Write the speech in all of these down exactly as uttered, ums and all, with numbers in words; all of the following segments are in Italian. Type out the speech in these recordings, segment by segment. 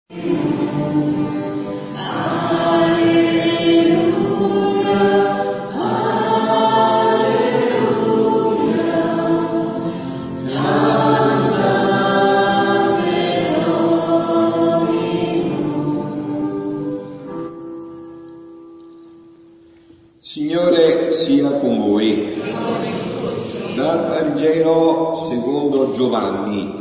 Signore sia con voi. Dal Vangelo secondo Giovanni.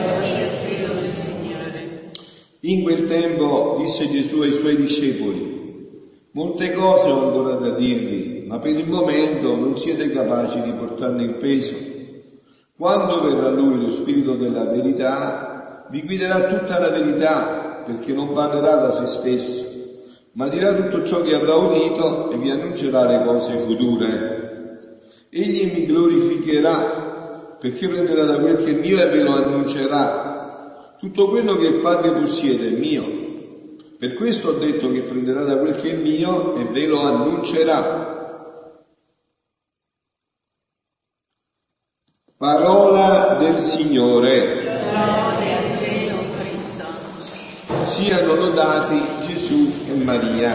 In quel tempo disse Gesù ai suoi discepoli: molte cose ho ancora da dirvi, ma per il momento non siete capaci di portarne il peso. Quando verrà Lui, lo Spirito della verità, vi guiderà tutta la verità, perché non parlerà da se stesso, ma dirà tutto ciò che avrà udito e vi annuncerà le cose future. Egli mi glorificherà, perché prenderà da quel che è mio e ve lo annuncerà. Tutto quello che il Padre possiede è mio. Per questo ho detto che prenderà da quel che è mio e ve lo annuncerà. Parola del Signore. Lode a te, o Cristo. Siano lodati Gesù e Maria.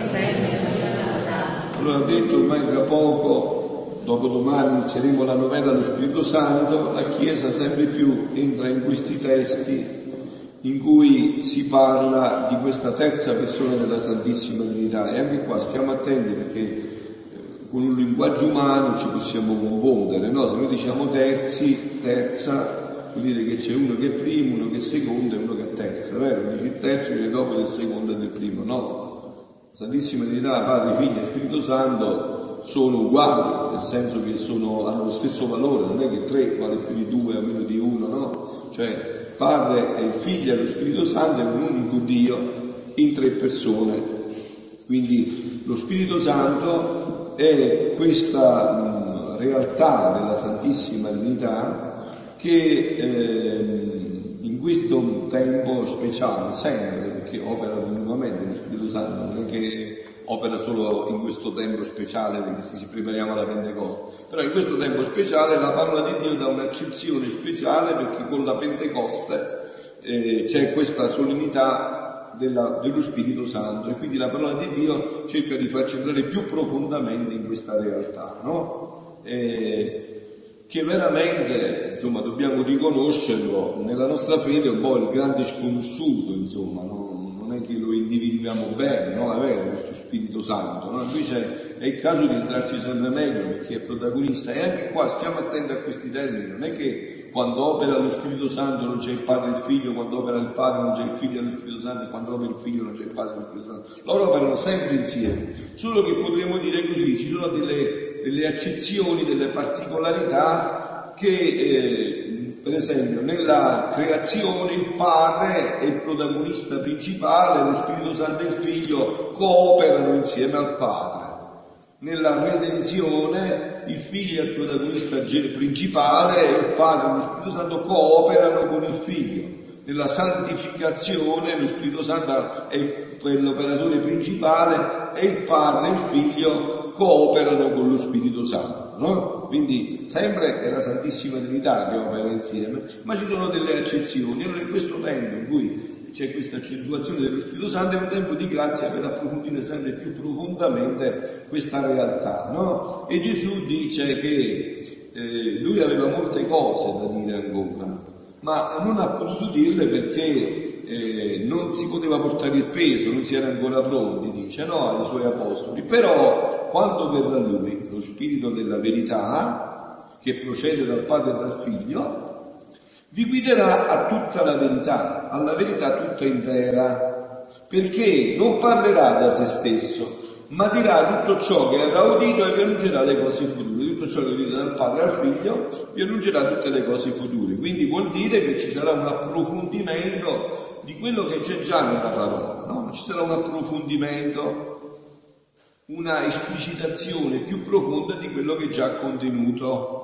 Allora, ho detto ormai tra poco, dopo domani inizieremo la novena allo Spirito Santo. La Chiesa sempre più entra in questi testi in cui si parla di questa terza persona della Santissima Trinità, e anche qua stiamo attenti, perché con un linguaggio umano ci possiamo confondere, no? Se noi diciamo terzi, terza, vuol dire che c'è uno che è primo, uno che è secondo e uno che è terza, vero? Dici il terzo viene dopo del secondo e del primo, no? La Santissima Trinità, Padre, Figlio e Spirito Santo sono uguali, nel senso che sono, hanno lo stesso valore, non è che tre vale più di due o meno di uno, no? Cioè Padre e il Figlio e lo Spirito Santo è un unico Dio in tre persone. Quindi lo Spirito Santo è questa mh, realtà della Santissima Trinità che eh, in questo tempo speciale, sempre, perché opera continuamente lo Spirito Santo, non è che opera solo in questo tempo speciale perché si prepariamo alla Pentecoste, però in questo tempo speciale la parola di Dio dà un'accezione speciale, perché con la Pentecoste eh, c'è questa solennità della, dello Spirito Santo, e quindi la parola di Dio cerca di farci entrare più profondamente in questa realtà, no? Eh, che veramente, insomma, dobbiamo riconoscerlo nella nostra fede, un po' il grande sconosciuto, insomma, no? Non è che lo individuiamo bene, no? È vero, questo Spirito Santo, no? Invece è il caso di entrarci sempre meglio, perché è protagonista. E anche qua stiamo attenti a questi termini, non è che quando opera lo Spirito Santo non c'è il Padre e il Figlio, quando opera il Padre non c'è il Figlio e lo Spirito Santo, e quando opera il Figlio non c'è il Padre e lo Spirito Santo. Loro operano sempre insieme, solo che potremmo dire così, ci sono delle, delle accezioni, delle particolarità che eh, per esempio nella creazione il Padre è il protagonista principale, lo Spirito Santo e il Figlio cooperano insieme al Padre. Nella redenzione il Figlio è il protagonista principale e il Padre e lo Spirito Santo cooperano con il Figlio. Nella santificazione lo Spirito Santo è l'operatore principale e il Padre e il Figlio cooperano con lo Spirito Santo, no? Quindi sempre è la Santissima Trinità che opera insieme, ma ci sono delle accezioni. Allora in questo tempo in cui c'è questa accentuazione dello Spirito Santo è un tempo di grazia per approfondire sempre più profondamente questa realtà, no? E Gesù dice che eh, lui aveva molte cose da dire ancora, ma non ha potuto dirle perché eh, non si poteva portare il peso, non si era ancora pronti, dice, no, ai suoi apostoli. Però quando verrà Lui, lo Spirito della verità, che procede dal Padre e dal Figlio, vi guiderà a tutta la verità, alla verità tutta intera, perché non parlerà da se stesso, ma dirà tutto ciò che avrà udito e vi annuncerà le cose future. Tutto ciò che udito dal Padre al Figlio vi annuncerà tutte le cose future. Quindi vuol dire che ci sarà un approfondimento di quello che c'è già nella parola, no? Ci sarà un approfondimento, una esplicitazione più profonda di quello che è già contenuto.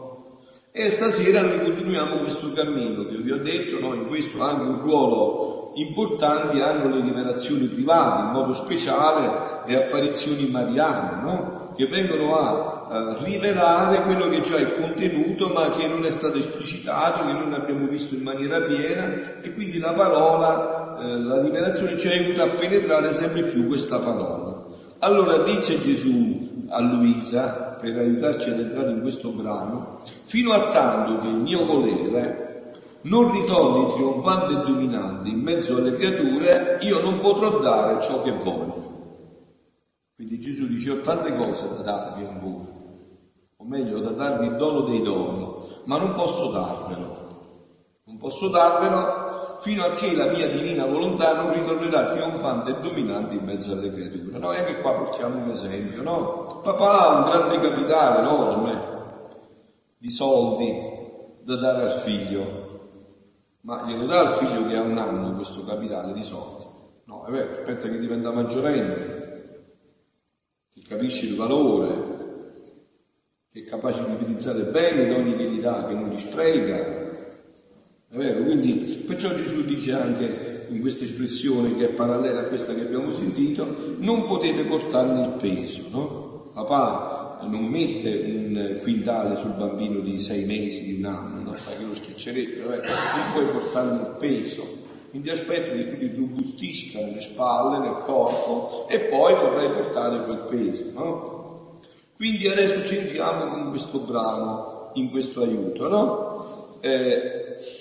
E stasera noi continuiamo questo cammino che vi ho detto, no? In questo anche un ruolo importante hanno le rivelazioni private, in modo speciale le apparizioni mariane, no? che vengono a eh, rivelare quello che già è contenuto ma che non è stato esplicitato, che non abbiamo visto in maniera piena, e quindi la parola, eh, la rivelazione ci aiuta a penetrare sempre più questa parola. Allora dice Gesù a Luisa, per aiutarci ad entrare in questo brano, fino a tanto che il mio volere non ritorni trionfante e dominante in mezzo alle creature, io non potrò dare ciò che voglio. Quindi Gesù dice: ho tante cose da darvi ancora, o meglio da darvi il dono dei doni, ma non posso darvelo, non posso darvelo fino a che la mia divina volontà non ritornerà trionfante e dominante in mezzo alle creature. Noi anche qua portiamo un esempio, no? Papà ha un grande capitale enorme di soldi da dare al figlio, ma glielo dà al figlio che ha un anno questo capitale di soldi? No, è vero, aspetta che diventa maggiorenne, che capisce il valore, che è capace di utilizzare bene i doni che gli dà, che non li spreca. È vero? Quindi perciò Gesù dice anche in questa espressione, che è parallela a questa che abbiamo sentito, non potete portarne il peso, no? Papà non mette un quintale sul bambino di sei mesi, di un anno, no? Sai che lo schiaccerebbe, non puoi portarne il peso. Quindi aspetto che tu ti robustisca nelle spalle, nel corpo, e poi potrai portare quel peso, no? Quindi adesso ci entriamo con questo brano, in questo aiuto, no? Eh,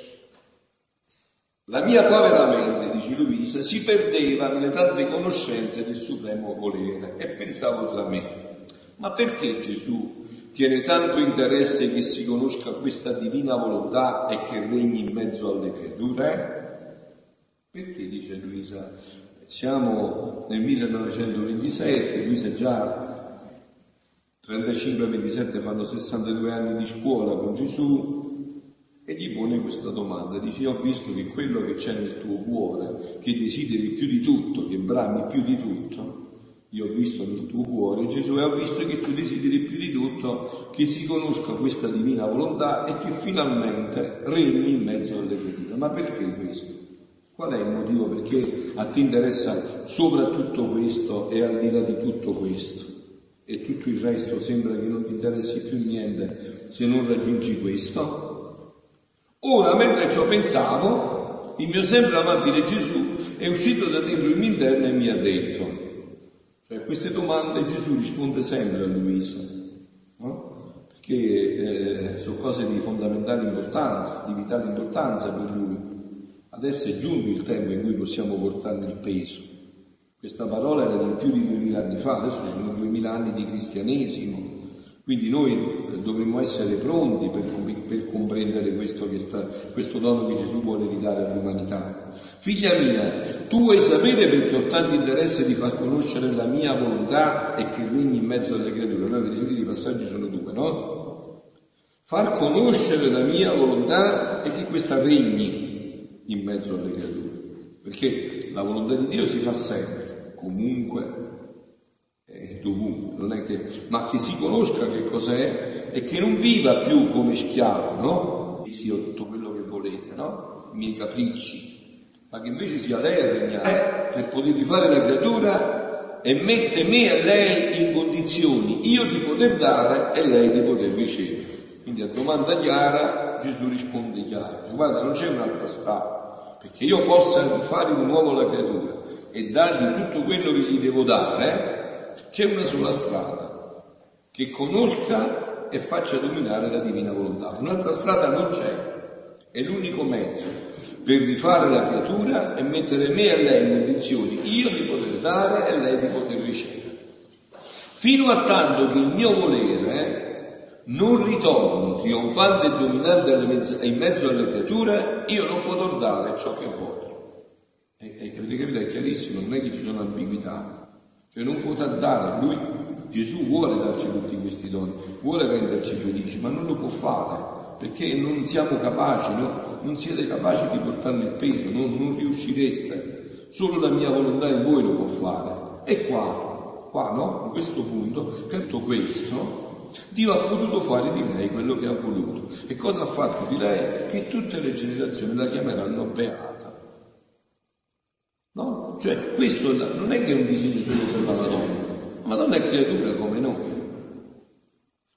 La mia povera mente, dice Luisa, si perdeva nelle tante conoscenze del supremo volere, e pensavo tra me: ma perché Gesù tiene tanto interesse che si conosca questa divina volontà e che regni in mezzo alle creature? Perché, dice Luisa, siamo nel millenovecentoventisette, Luisa già trentacinque ventisette fanno sessantadue anni di scuola con Gesù, e gli pone questa domanda, dice: ho visto che quello che c'è nel tuo cuore, che desideri più di tutto, che brami più di tutto, io ho visto nel tuo cuore, Gesù, e ho visto che tu desideri più di tutto che si conosca questa divina volontà e che finalmente regni in mezzo alle creature. Ma perché questo? Qual è il motivo perché a te interessa soprattutto questo e al di là di tutto questo? E tutto il resto sembra che non ti interessi più niente se non raggiungi questo? Ora, mentre ciò pensavo, il mio sempre amabile Gesù è uscito da dentro il mio interno e mi ha detto, cioè a queste domande Gesù risponde sempre a Luisa, no? Perché eh, sono cose di fondamentale importanza, di vitale importanza per lui. Adesso è giunto il tempo in cui possiamo portarne il peso. Questa parola era di più di duemila anni fa, adesso sono duemila anni di cristianesimo. Quindi noi dovremmo essere pronti per, per comprendere questo, che sta, questo dono che Gesù vuole ridare all'umanità. Figlia mia, tu vuoi sapere perché ho tanto interesse di far conoscere la mia volontà e che regni in mezzo alle creature? Noi avete sentito, i passaggi sono due, no? Far conoscere la mia volontà e che questa regni in mezzo alle creature. Perché la volontà di Dio si fa sempre, comunque, è dovunque, non è che, ma che si conosca che cos'è e che non viva più come schiavo, no? Sì, ho tutto quello che volete, no? I miei capricci, ma che invece sia lei a regnare per potervi fare la creatura e mette me e lei in condizioni, io di poter dare e lei di poter ricevere. Quindi a domanda chiara Gesù risponde chiaro: guarda, non c'è un'altra strada, perché io possa fare di nuovo la creatura e dargli tutto quello che gli devo dare. C'è una sola strada, che conosca e faccia dominare la divina volontà. Un'altra strada non c'è, è l'unico mezzo per rifare la creatura e mettere me e lei in condizioni, io di poter dare e lei di poter ricevere. Fino a tanto che il mio volere non ritorni trionfante e dominante in mezzo alle creature, io non potrò dare ciò che voglio. E, e avete capito? È chiarissimo, non è che ci sono ambiguità. Cioè non potrà dare, lui, Gesù vuole darci tutti questi doni, vuole renderci felici, ma non lo può fare, perché non siamo capaci, no? Non siete capaci di portarne il peso, non, non riuscireste, solo la mia volontà in voi lo può fare. E qua, qua no, in questo punto, per tutto questo, Dio ha potuto fare di lei quello che ha voluto. E cosa ha fatto di lei? Che tutte le generazioni la chiameranno beata. No? Cioè, questo non è che è un disegno solo per la Madonna. La Madonna è creatura come noi.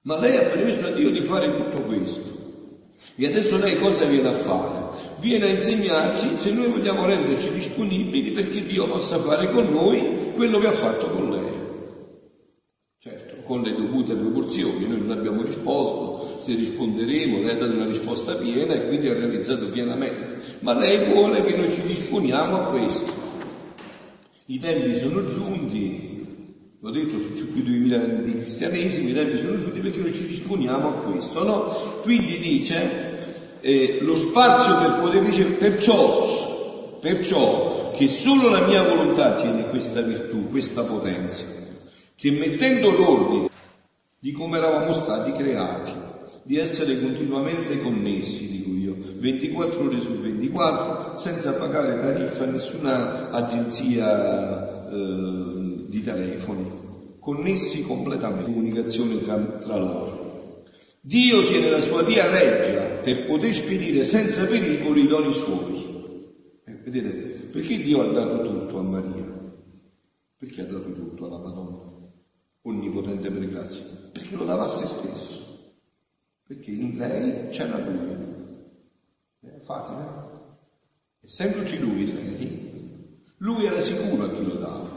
Ma lei ha permesso a Dio di fare tutto questo. E adesso lei cosa viene a fare? Viene a insegnarci se noi vogliamo renderci disponibili perché Dio possa fare con noi quello che ha fatto con lei. Certo, con le dovute proporzioni, noi non abbiamo risposto, se risponderemo, lei ha dato una risposta piena e quindi ha realizzato pienamente. Ma lei vuole che noi ci disponiamo a questo. I tempi sono giunti, l'ho detto, su più di duemila anni di cristianesimo, i tempi sono giunti perché noi ci disponiamo a questo, no? Quindi dice... Eh, lo spazio per poter ricevere, perciò, perciò che solo la mia volontà tiene questa virtù, questa potenza, che mettendo l'ordine di come eravamo stati creati, di essere continuamente connessi, dico io, ventiquattro ore su ventiquattro, senza pagare tariffa a nessuna agenzia eh, di telefoni, connessi completamente, comunicazione tra, tra loro. Dio tiene la sua via reggia per poter spedire senza pericolo i doni suoi. Eh, vedete, perché Dio ha dato tutto a Maria? Perché ha dato tutto alla Madonna, onnipotente per grazia? Perché lo dava a se stesso. Perché in lei c'era Lui. È facile. Essendoci Lui in lei, Lui era sicuro a chi lo dava.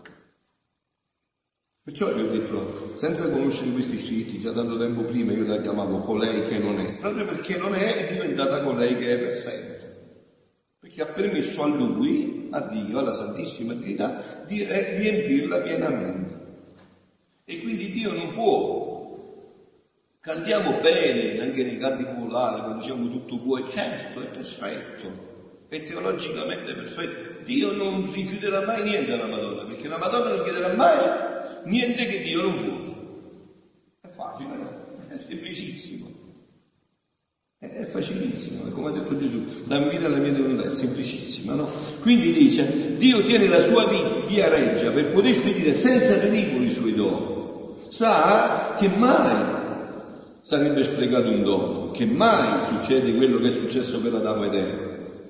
Perciò gli ho detto, senza conoscere questi scritti, già tanto tempo prima io la chiamavo colei che non è, proprio perché non è, è diventata colei che è per sempre. Perché ha permesso a Lui, a Dio, alla Santissima Trinità, di riempirla pienamente. E quindi Dio non può. Cantiamo bene, anche nei canti popolari, quando diciamo tutto può, è certo, è perfetto, è teologicamente perfetto. Dio non rifiuterà mai niente alla Madonna, perché la Madonna non chiederà mai niente che Dio non vuole. È facile, no? È semplicissimo. È facilissimo, è come ha detto Gesù, la mia vita e la mia volontà è semplicissima, no? Quindi dice, Dio tiene la sua via reggia per poter spedire senza pericolo i suoi doni. Sa che mai sarebbe sprecato un dono, che mai succede quello che è successo per Adamo ed Eva.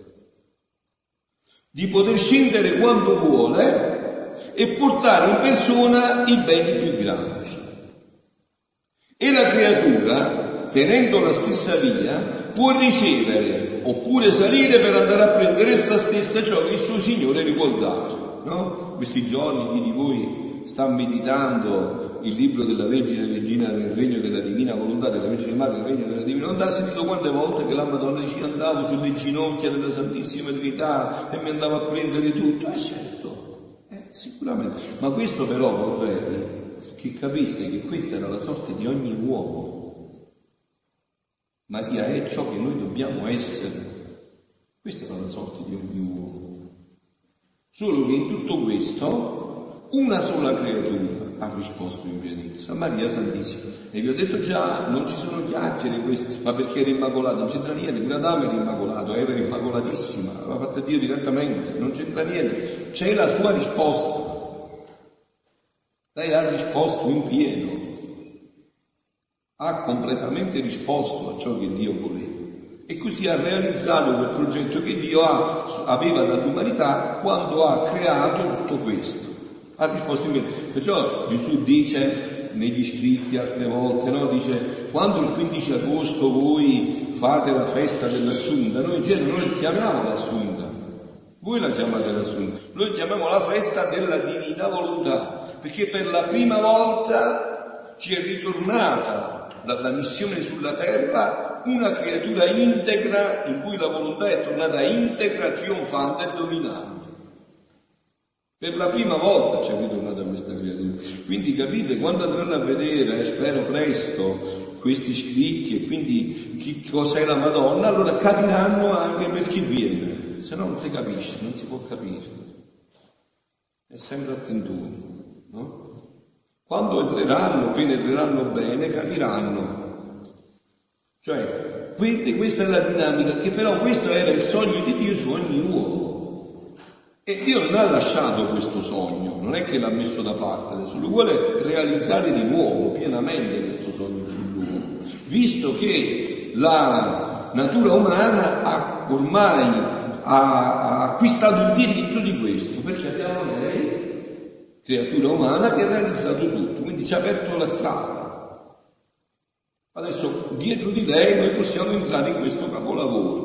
Di poter scendere quando vuole e portare in persona i beni più grandi. E la creatura, tenendo la stessa via, può ricevere oppure salire per andare a prendere essa stessa ciò che il suo Signore gli vuol dare. No? Questi giorni chi di voi sta meditando il libro della Vergine Regina nel regno della Divina Volontà, della Vergine Madre nel regno della Divina Volontà, ha sentito quante volte che la Madonna ci andavo sulle ginocchia della Santissima Trinità e mi andava a prendere tutto. Eh certo. Sicuramente, ma questo però vorrei che capiste che questa era la sorte di ogni uomo. Maria è ciò che noi dobbiamo essere. Questa era la sorte di ogni uomo. Solo che in tutto questo una sola creatura ha risposto in pienezza, Maria Santissima. E vi ho detto già, non ci sono chiacchiere queste, ma perché era immacolato, non c'entra niente, pure Adamo era immacolato, Eva era immacolatissima, l'aveva fatta Dio direttamente, non c'entra niente, c'è la sua risposta. Lei ha risposto in pieno, ha completamente risposto a ciò che Dio voleva. E così ha realizzato quel progetto che Dio ha, aveva dall'umanità quando ha creato tutto questo. Ha risposto in pieno. Perciò Gesù dice negli scritti altre volte, no? Dice, quando il quindici agosto voi fate la festa dell'Assunta, noi in genere non la chiamiamo l'Assunta, voi la chiamate l'Assunta, noi chiamiamo la festa della Divina Volontà, perché per la prima volta ci è ritornata dalla missione sulla terra una creatura integra, in cui la volontà è tornata integra, trionfante e dominante. Per la prima volta ci è ritornata questa creatura. Quindi capite, quando andranno a vedere, spero presto, questi scritti e quindi chi cos'è la Madonna, allora capiranno anche perché viene. Se no non si capisce, non si può capire. È sempre attentoni, no? Quando entreranno, penetreranno bene, capiranno. Cioè, questa è la dinamica, che però questo era il sogno di Dio su ogni uomo. E Dio non ha lasciato questo sogno, non è che l'ha messo da parte, adesso lo vuole realizzare di nuovo, pienamente questo sogno sull'uomo, visto che la natura umana ha ormai ha, ha acquistato il diritto di questo, perché abbiamo lei, creatura umana, che ha realizzato tutto, quindi ci ha aperto la strada. Adesso dietro di lei noi possiamo entrare in questo capolavoro.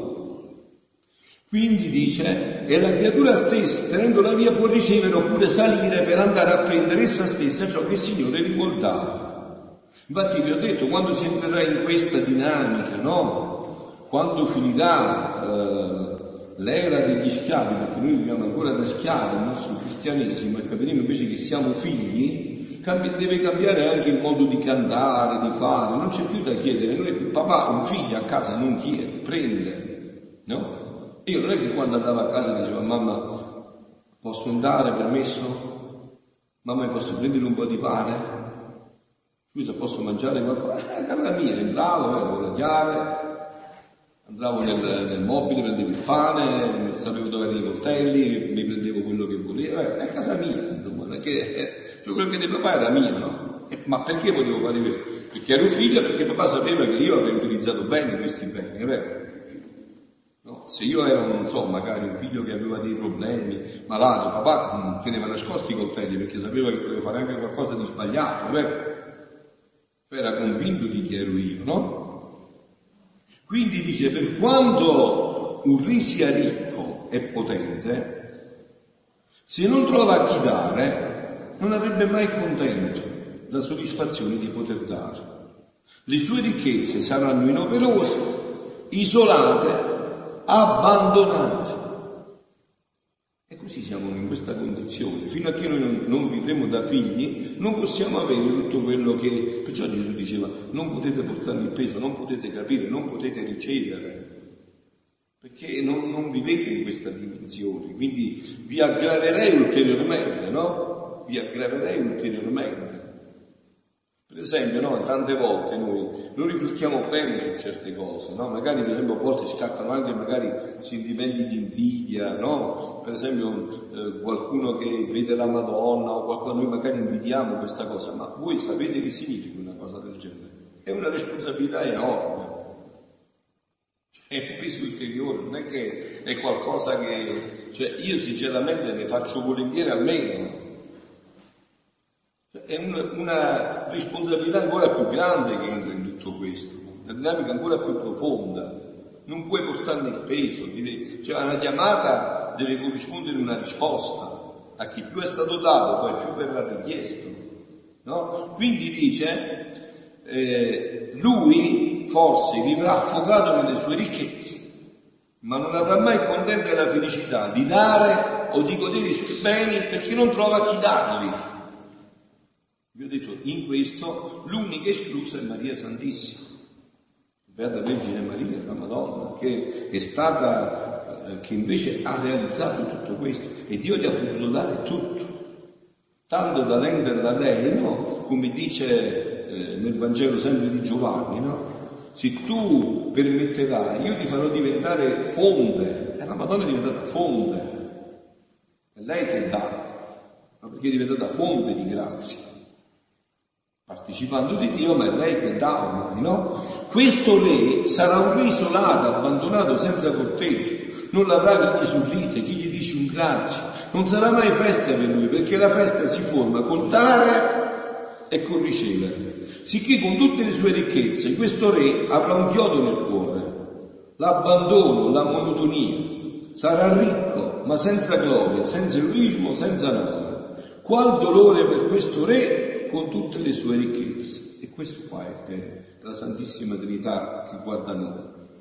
Quindi dice, e la creatura stessa, tenendola via, può ricevere oppure salire per andare a prendere essa stessa ciò che il Signore gli vuol dare. Infatti vi ho detto, quando si entrerà in questa dinamica, no? Quando finirà eh, l'era degli schiavi, perché noi viviamo ancora da schiavi nel nostro cristianesimo e capiremo invece che siamo figli, deve cambiare anche il modo di cantare, di fare, non c'è più da chiedere. Noi, papà, un figlio a casa non chiede, prende, no? Io non è che quando andavo a casa dicevo, mamma, posso andare, permesso? Mamma, posso prendere un po' di pane? Scusa, posso mangiare qualcosa? Eh, a casa mia, entravo, avevo la chiave, andavo nel, nel mobile, prendevo il pane, sapevo dove erano i coltelli, mi prendevo quello che volevo, eh, è a casa mia, insomma, perché eh, cioè quello che di papà era mio, no? Eh, ma perché potevo fare questo? Perché ero figlio e perché papà sapeva che io avevo utilizzato bene questi beni, è vero? No, se io ero, non so, magari un figlio che aveva dei problemi, malato, papà mh, teneva nascosti i coltelli perché sapeva che poteva fare anche qualcosa di sbagliato, vero? Cioè era convinto di chi ero io, no? Quindi dice, per quanto un re sia ricco e potente, se non trova a chi dare, non avrebbe mai contento, la soddisfazione di poter dare. Le sue ricchezze saranno inoperose, isolate, abbandonati. E così siamo in questa condizione. Fino a che noi non, non vivremo da figli, non possiamo avere tutto quello che... Perciò Gesù diceva, non potete portare il peso, non potete capire, non potete ricevere, perché non, non vivete in questa dimensione. Quindi vi aggraverei ulteriormente, no? Vi aggraverei ulteriormente. Per esempio, no, tante volte noi non riflettiamo bene su certe cose, no? Magari per esempio a volte scattano anche magari sentimenti di invidia, no? Per esempio eh, qualcuno che vede la Madonna o qualcuno, noi magari invidiamo questa cosa, ma voi sapete che significa una cosa del genere? È una responsabilità enorme, è un peso ulteriore, non è che è qualcosa che, cioè io sinceramente ne faccio volentieri almeno. È una, una responsabilità ancora più grande che entra in tutto questo, una dinamica ancora più profonda. Non puoi portarne il peso, deve, cioè una chiamata deve corrispondere una risposta. A chi più è stato dato, poi più verrà richiesto. No? Quindi dice, eh, lui forse vivrà affogato nelle sue ricchezze, ma non avrà mai contenta e la felicità di dare o di godere i suoi beni perché non trova chi darli. Vi ho detto, in questo l'unica esclusa è Maria Santissima, Beata Vergine Maria, la Madonna, che è stata, eh, che invece ha realizzato tutto questo e Dio gli ha potuto dare tutto, tanto da renderla a lei, no? Come dice eh, nel Vangelo sempre di Giovanni, no? Se tu permetterai, io ti farò diventare fonte, e la Madonna è diventata fonte, è lei che dà, no? Perché è diventata fonte di grazia. Partecipando di Dio, ma è lei che dà ormai, no? Questo re sarà un re isolato, abbandonato, senza corteggio, non l'avrà chi gli sorride, chi gli dice un grazie, non sarà mai festa per lui, perché la festa si forma col dare e col ricevere, sicché con tutte le sue ricchezze questo re avrà un chiodo nel cuore, l'abbandono, la monotonia, sarà ricco, ma senza gloria, senza eroismo, senza nome. Qual dolore per questo re con tutte le sue ricchezze. E questo qua è la Santissima Trinità che guarda noi,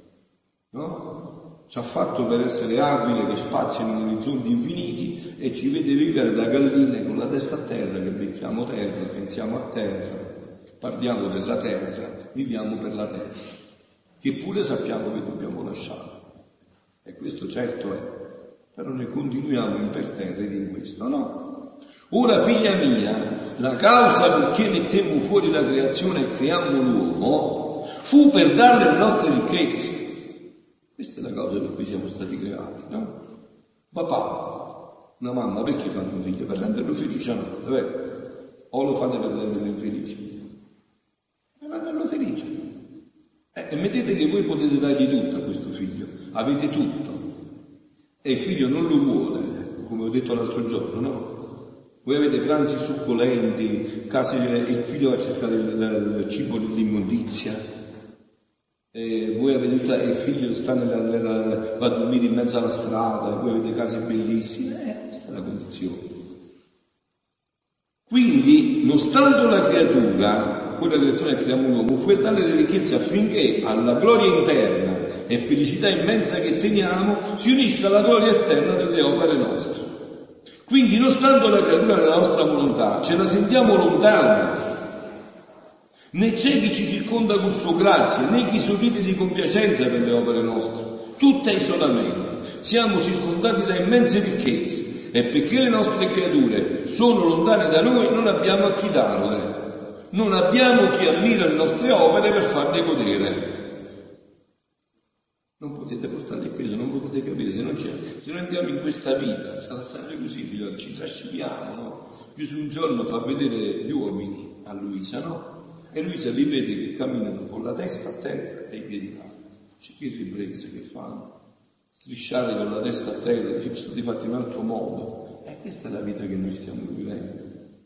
no? Ci ha fatto per essere aquile che spaziano in orizzonti infiniti e ci vede vivere da galline con la testa a terra, che becchiamo terra, pensiamo a terra, parliamo della terra, viviamo per la terra, che pure sappiamo che dobbiamo lasciare. E questo certo è, però noi continuiamo imperterriti in questo, no? Ora, figlia mia, la causa perché mettemmo fuori la creazione e creammo l'uomo fu per darle le nostre ricchezze. Questa è la causa per cui siamo stati creati, no? Papà, una mamma, perché fanno un figlio? Per renderlo felice, no? Vabbè. O lo fanno per renderlo infelice? Per renderlo felice. Eh, e mettete che voi potete dargli tutto a questo figlio, avete tutto, e il figlio non lo vuole, come ho detto l'altro giorno, no? Voi avete pranzi succolenti, case, il figlio va a cercare il, il cibo dell'immondizia, E voi avete il figlio sta nella, nella, va a dormire in mezzo alla strada, voi avete case bellissime, eh, questa è la condizione. Quindi, non stando la creatura, quella creazione che creiamo un uomo, fu dare le ricchezze affinché alla gloria interna e felicità immensa che teniamo si unisca alla gloria esterna delle opere nostre. Quindi, non stando la creatura nella nostra volontà, ce la sentiamo lontana. Né c'è chi ci circonda con suo grazie, né chi sorride di compiacenza per le opere nostre. Tutto è isolamento. Siamo circondati da immense ricchezze e perché le nostre creature sono lontane da noi non abbiamo a chi darle. Non abbiamo chi ammira le nostre opere per farle godere. Non potete portare il peso, non potete capire, se non, c'è, se non andiamo in questa vita, sarà sempre così, figlio, ci trasciniamo, no? Gesù un giorno fa vedere gli uomini a Luisa, no? E Luisa li vede che camminano con la testa a terra e i piedi là. Dice, che ribrezza che fanno? Strisciare con la testa a terra, dice, sono stati fatti in un altro modo. E questa è la vita che noi stiamo vivendo.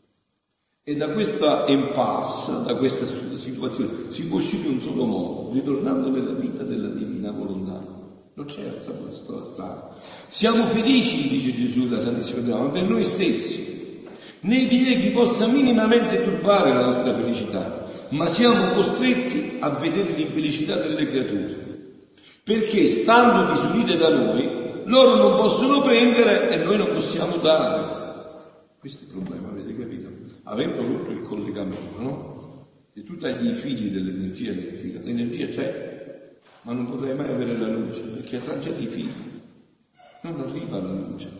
E da questa impasse, da questa situazione, si può uscire in un solo modo, ritornando nella vita della divina volontà. Non c'è altra strada. Siamo felici, dice Gesù da Santissimo Giovanni, per noi stessi. Né vi è chi possa minimamente turbare la nostra felicità, ma siamo costretti a vedere l'infelicità delle creature, perché stando disunite da noi, loro non possono prendere e noi non possiamo dare. Questo è il problema, avete capito? Avendo rotto il collegamento, no? E tu tagli i figli dell'energia elettrica, l'energia c'è, ma non potrai mai avere la luce, perché hai tracciato i figli, non arriva la luce.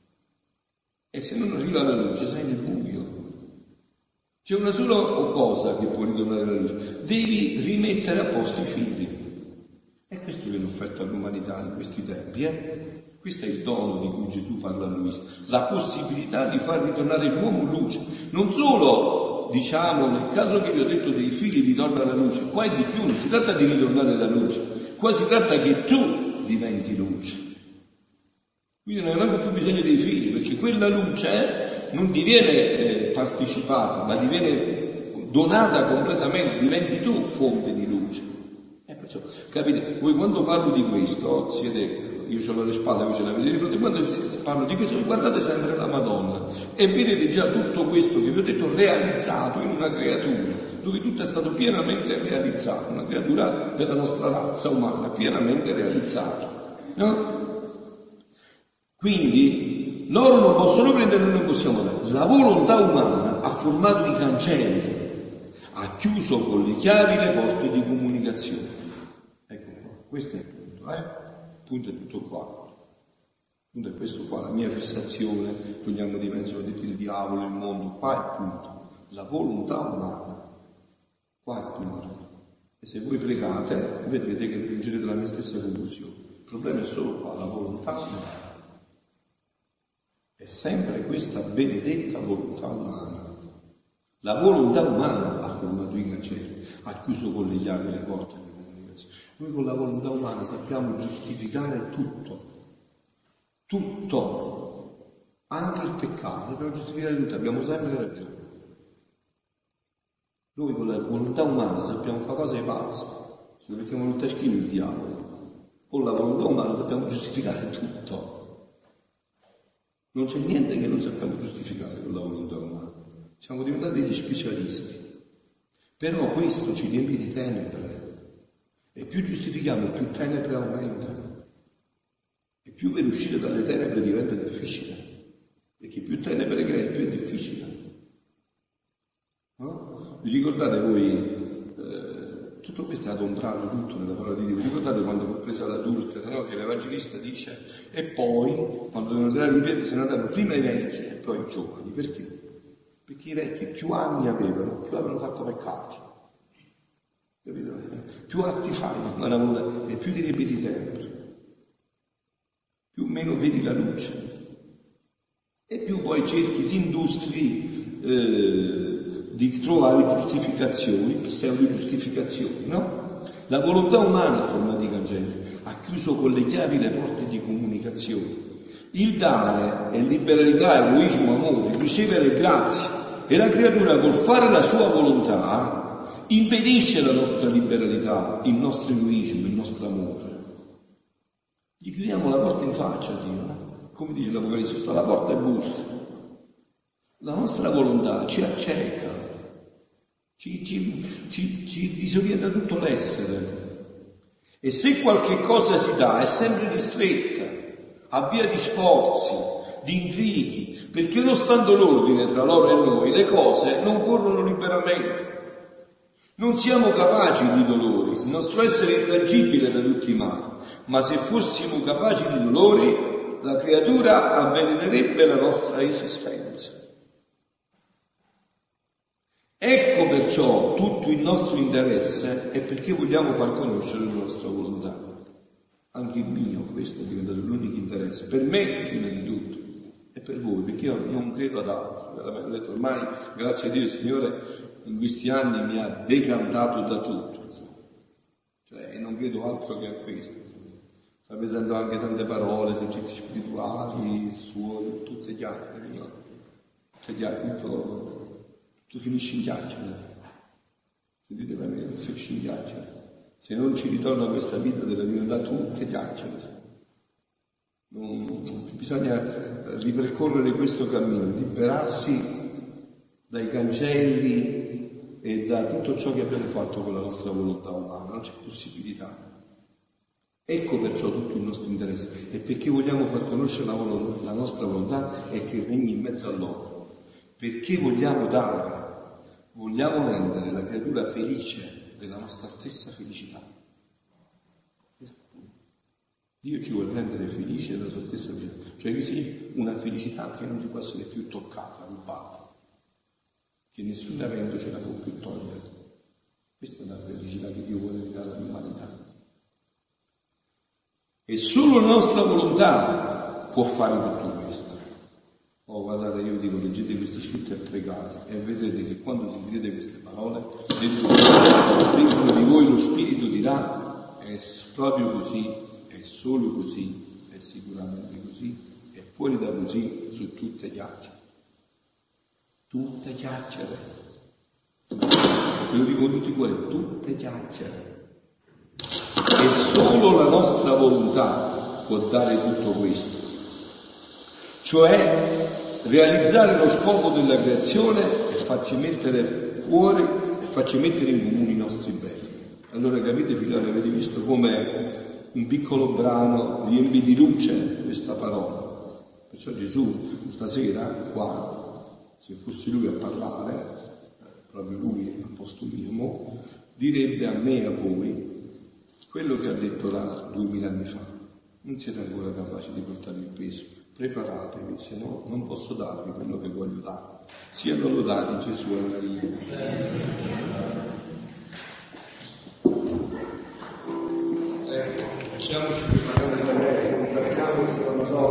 E se non arriva la luce sei nel buio. C'è una sola cosa che può ritornare alla luce: devi rimettere a posto i figli. E questo viene offerto all'umanità in questi tempi, eh? Questo è il dono di cui Gesù parla a Luisa, la possibilità di far ritornare l'uomo in luce. Non solo, diciamo, nel caso che vi ho detto dei figli ritorna alla luce, qua è di più, non si tratta di ritornare alla luce, qua si tratta che tu diventi luce. Quindi non abbiamo più bisogno dei figli, perché quella luce non diviene eh, partecipata, ma diviene donata completamente, diventi tu fonte di luce. E perciò, capite, voi quando parlo di questo, siete, io ho alle spalle, voi ce l'avete di fronte, quando parlo di questo guardate sempre la Madonna e vedete già tutto questo che vi ho detto realizzato in una creatura, dove tutto è stato pienamente realizzato, una creatura della nostra razza umana, pienamente realizzato, no? Quindi loro non possono prendere, noi non possiamo dare. La volontà umana ha formato i cancelli, ha chiuso con le chiavi le porte di comunicazione. Ecco qua, questo è il punto, eh? Il punto è tutto qua. Il punto è questo qua, la mia fissazione, togliamo di mezzo, ho detto il diavolo, il mondo, qua è il punto. La volontà umana, qua è il punto. E se voi pregate, vedrete che raggiungerete la mia stessa conclusione. Il problema è solo qua, la volontà umana. È sempre questa benedetta volontà umana. La volontà umana ha formato i cancelli, ha chiuso con le chiavi le porte di comunicazione. Noi con la volontà umana sappiamo giustificare tutto, tutto, anche il peccato, sappiamo giustificare tutto, abbiamo sempre ragione. Noi con la volontà umana sappiamo fare cose pazze, se lo mettiamo nel taschino il diavolo, con la volontà umana sappiamo giustificare tutto. Non c'è niente che non sappiamo giustificare con la volontà umana. Siamo diventati degli specialisti. Però questo ci riempie di tenebre. E più giustifichiamo, più tenebre aumentano. E più per uscire dalle tenebre diventa difficile. Perché più tenebre crei, più è difficile. No? Vi ricordate voi, eh, tutto questo è adombrato tutto nella parola di Dio. Vi ricordate quando fu presa l'adultera, no? Che l'Evangelista dice, e poi, quando devono tirare in piedi, se ne andavano prima i vecchi e poi i giovani. Perché? Perché i vecchi più anni avevano, più avevano fatto peccati. Capito? Più atti fai nella volontà, e più ti ripeti sempre. Più meno vedi la luce. E più poi cerchi, ti industri eh, di trovare giustificazioni, pseudo giustificazioni, no? La volontà umana forma di cancelli, ha chiuso con le chiavi le porte di comunicazione. Il dare è liberalità, egoismo, amore, ricevere grazie. E la creatura col fare la sua volontà impedisce la nostra liberalità, il nostro egoismo, il nostro amore. Gli chiudiamo la porta in faccia a Dio, no? Come dice l'Apocalisse, sta la porta e bussa. La nostra volontà ci acceca, ci, ci, ci, ci disorienta tutto l'essere. E se qualche cosa si dà è sempre ristretta, avvia di sforzi, di intrighi, perché non stando l'ordine tra loro e noi, le cose non corrono liberamente. Non siamo capaci di dolori, il nostro essere è intangibile da tutti i mali, ma se fossimo capaci di dolori, la creatura avvelenerebbe la nostra esistenza. Ecco perciò tutto il nostro interesse è perché vogliamo far conoscere la nostra volontà. Anche il mio, questo è diventato l'unico interesse, per me prima di tutto, e per voi, perché io non credo ad altro. Veramente, ho detto, ormai, grazie a Dio, il Signore, in questi anni mi ha decantato da tutto, cioè non credo altro che a questo. Sto vedendo anche tante parole, esercizi spirituali, suoni, tutte chiacchiere, no? Tutte chiacchiere, tutto, tutto finisce in chiacchiere. Sentite bene, tutto finisce in chiacchiere. Se non ci ritorna questa vita della divinità, tutte chiacchiere. Non, bisogna ripercorrere questo cammino, liberarsi dai cancelli e da tutto ciò che abbiamo fatto con la nostra volontà umana, non c'è possibilità. Ecco perciò tutto il nostro interesse, e perché vogliamo far conoscere la, volontà, la nostra volontà è che regni in mezzo a loro, perché vogliamo dare, vogliamo rendere la creatura felice della nostra stessa felicità. Dio ci vuole rendere felice della sua stessa felicità, cioè che sì, una felicità che non ci può essere più toccata, rubata, che nessun evento ce la può più togliere. Questa è la felicità che Dio vuole dare all'umanità. E solo la nostra volontà può fare tutto questo. Oh, guardate, io dico, leggete questi scritti e pregate, e vedrete che quando sentirete queste parole, dentro, dentro di voi lo Spirito dirà, è proprio così, è solo così, è sicuramente così, e fuori da così su tutte chiacchiere. Tutte chiacchiere. Ve lo dico tutti quelli, tutte chiacchiere. E solo la nostra volontà può dare tutto questo. Cioè realizzare lo scopo della creazione e farci mettere fuori e farci mettere in comune i nostri beni. Allora capite, figlioli, avete visto come un piccolo brano riempie di luce questa parola. Perciò Gesù stasera qua, se fosse lui a parlare, proprio lui al posto mio, direbbe a me e a voi quello che ha detto là duemila anni fa. Non siete ancora capaci di portare il peso, preparatevi, se no non posso darvi quello che voglio dare. Siano lodati Gesù e Maria. Ecco, possiamoci preparare da lei, non sappiamo se